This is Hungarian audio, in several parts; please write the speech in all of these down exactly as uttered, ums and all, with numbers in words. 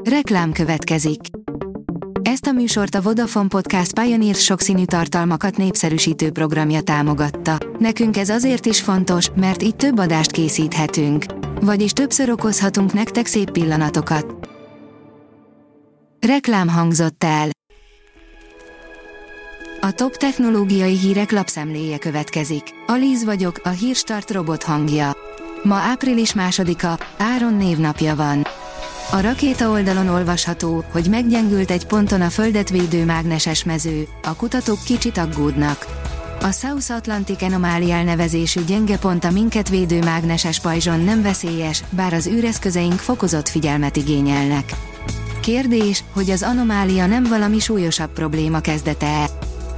Reklám következik. Ezt a műsort a Vodafone Podcast Pioneer sokszínű tartalmakat népszerűsítő programja támogatta. Nekünk ez azért is fontos, mert így több adást készíthetünk. Vagyis többször okozhatunk nektek szép pillanatokat. Reklám hangzott el. A top technológiai hírek lapszemléje következik. Alíz vagyok, a Hírstart robot hangja. Ma április másodika, Áron névnapja van. A rakéta oldalon olvasható, hogy meggyengült egy ponton a Földet védő mágneses mező, a kutatók kicsit aggódnak. A South Atlantic Anomaly elnevezésű gyenge pont a minket védő mágneses pajzson nem veszélyes, bár az űreszközeink fokozott figyelmet igényelnek. Kérdés, hogy az anomália nem valami súlyosabb probléma kezdete-e?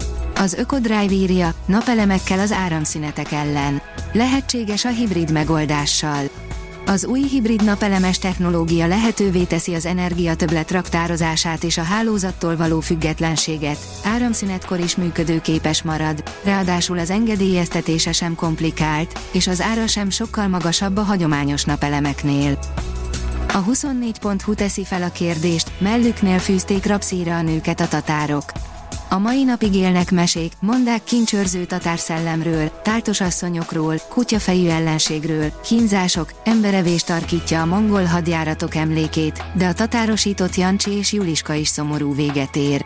Az Ökodrive írja, napelemekkel az áramszünetek ellen. Lehetséges a hibrid megoldással. Az új hibrid napelemes technológia lehetővé teszi az energiatöbblet raktározását és a hálózattól való függetlenséget, áramszünetkor is működőképes marad, ráadásul az engedélyeztetése sem komplikált, és az ára sem sokkal magasabb a hagyományos napelemeknél. A huszonnégy pont hu teszi fel a kérdést, mellüknél fűzték rapszíra a nőket a tatárok. A mai napig élnek mesék, mondák kincsőrző tatárszellemről, táltos asszonyokról, kutyafejű ellenségről, kínzások, emberevés tarkítja a mongol hadjáratok emlékét, de a tatárosított Jancsi és Juliska is szomorú véget ér.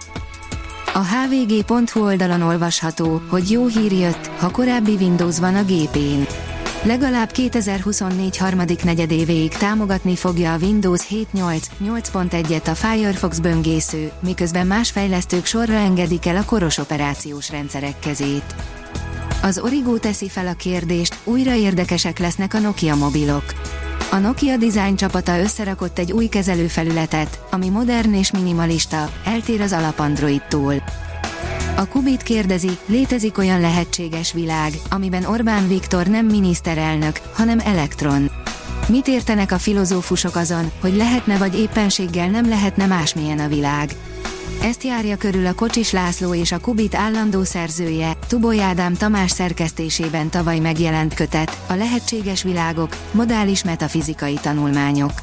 A há vé gé pont hu oldalon olvasható, hogy jó hír jött, ha korábbi Windows van a gépén. Legalább kétezer-huszonnégy harmadik negyedévéig támogatni fogja a Windows hét nyolc nyolc pont egyet a Firefox böngésző, miközben más fejlesztők sorra engedik el a koros operációs rendszerek kezét. Az Origo teszi fel a kérdést, újra érdekesek lesznek a Nokia mobilok. A Nokia Design csapata összerakott egy új kezelőfelületet, ami modern és minimalista, eltér az alap Androidtól. A Kubit kérdezi, létezik olyan lehetséges világ, amiben Orbán Viktor nem miniszterelnök, hanem elektron. Mit értenek a filozófusok azon, hogy lehetne vagy éppenséggel nem lehetne másmilyen a világ? Ezt járja körül a Kocsis László és a Kubit állandó szerzője, Tuboly Ádám Tamás szerkesztésében tavaly megjelent kötet, a lehetséges világok, modális metafizikai tanulmányok.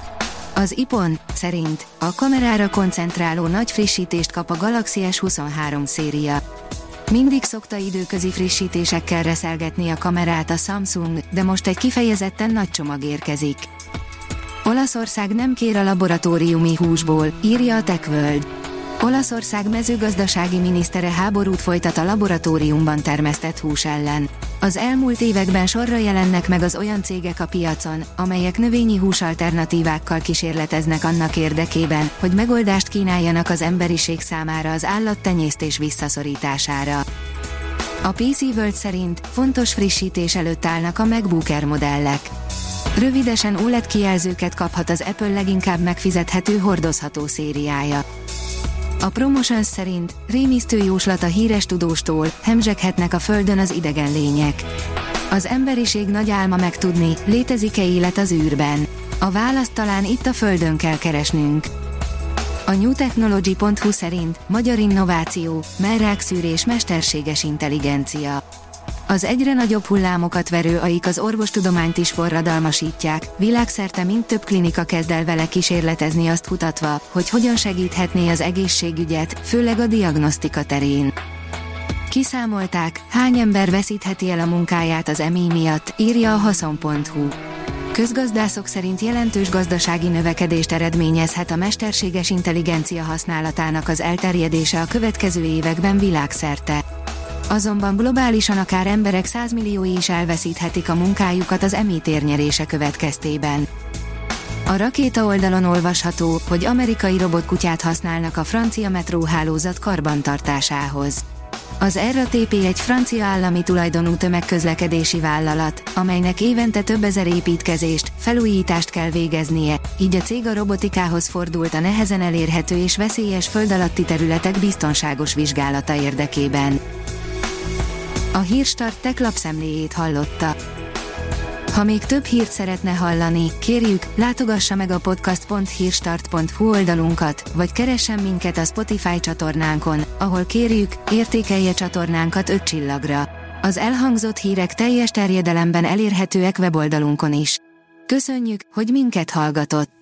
Az i pont szerint a kamerára koncentráló nagy frissítést kap a Galaxy es huszonhárom széria. Mindig szokta időközi frissítésekkel reszelgetni a kamerát a Samsung, de most egy kifejezetten nagy csomag érkezik. Olaszország nem kér a laboratóriumi húsból, írja a TechWorld. Olaszország mezőgazdasági minisztere háborút folytat a laboratóriumban termesztett hús ellen. Az elmúlt években sorra jelennek meg az olyan cégek a piacon, amelyek növényi hús alternatívákkal kísérleteznek annak érdekében, hogy megoldást kínáljanak az emberiség számára az állattenyésztés visszaszorítására. A pé cé World szerint fontos frissítés előtt állnak a MacBook Air modellek. Rövidesen o led kijelzőket kaphat az Apple leginkább megfizethető hordozható szériája. A Promotions szerint rémisztő jóslat a híres tudóstól, hemzseghetnek a Földön az idegen lények. Az emberiség nagy álma megtudni, létezik-e élet az űrben. A választ talán itt a Földön kell keresnünk. A newtechnology pont hu szerint magyar innováció, mellrákszűrés mesterséges intelligencia. Az egyre nagyobb hullámokat verő á i-k az orvostudományt is forradalmasítják, világszerte mind több klinika kezd el vele kísérletezni azt kutatva, hogy hogyan segíthetné az egészségügyet, főleg a diagnosztika terén. Kiszámolták, hány ember veszítheti el a munkáját az em i miatt, írja a haszon pont hu. Közgazdászok szerint jelentős gazdasági növekedést eredményezhet a mesterséges intelligencia használatának az elterjedése a következő években világszerte. Azonban globálisan akár emberek százmilliói is elveszíthetik a munkájukat az em i térnyerése következtében. A rakéta oldalon olvasható, hogy amerikai robotkutyát használnak a francia metróhálózat karbantartásához. Az er á té pé egy francia állami tulajdonú tömegközlekedési vállalat, amelynek évente több ezer építkezést, felújítást kell végeznie, így a cég a robotikához fordult a nehezen elérhető és veszélyes földalatti területek biztonságos vizsgálata érdekében. A Hírstart Tech lapszemléjét hallotta. Ha még több hírt szeretne hallani, kérjük, látogassa meg a podcast pont hírstart pont hu oldalunkat, vagy keressen minket a Spotify csatornánkon, ahol kérjük, értékelje csatornánkat öt csillagra. Az elhangzott hírek teljes terjedelemben elérhetőek weboldalunkon is. Köszönjük, hogy minket hallgatott!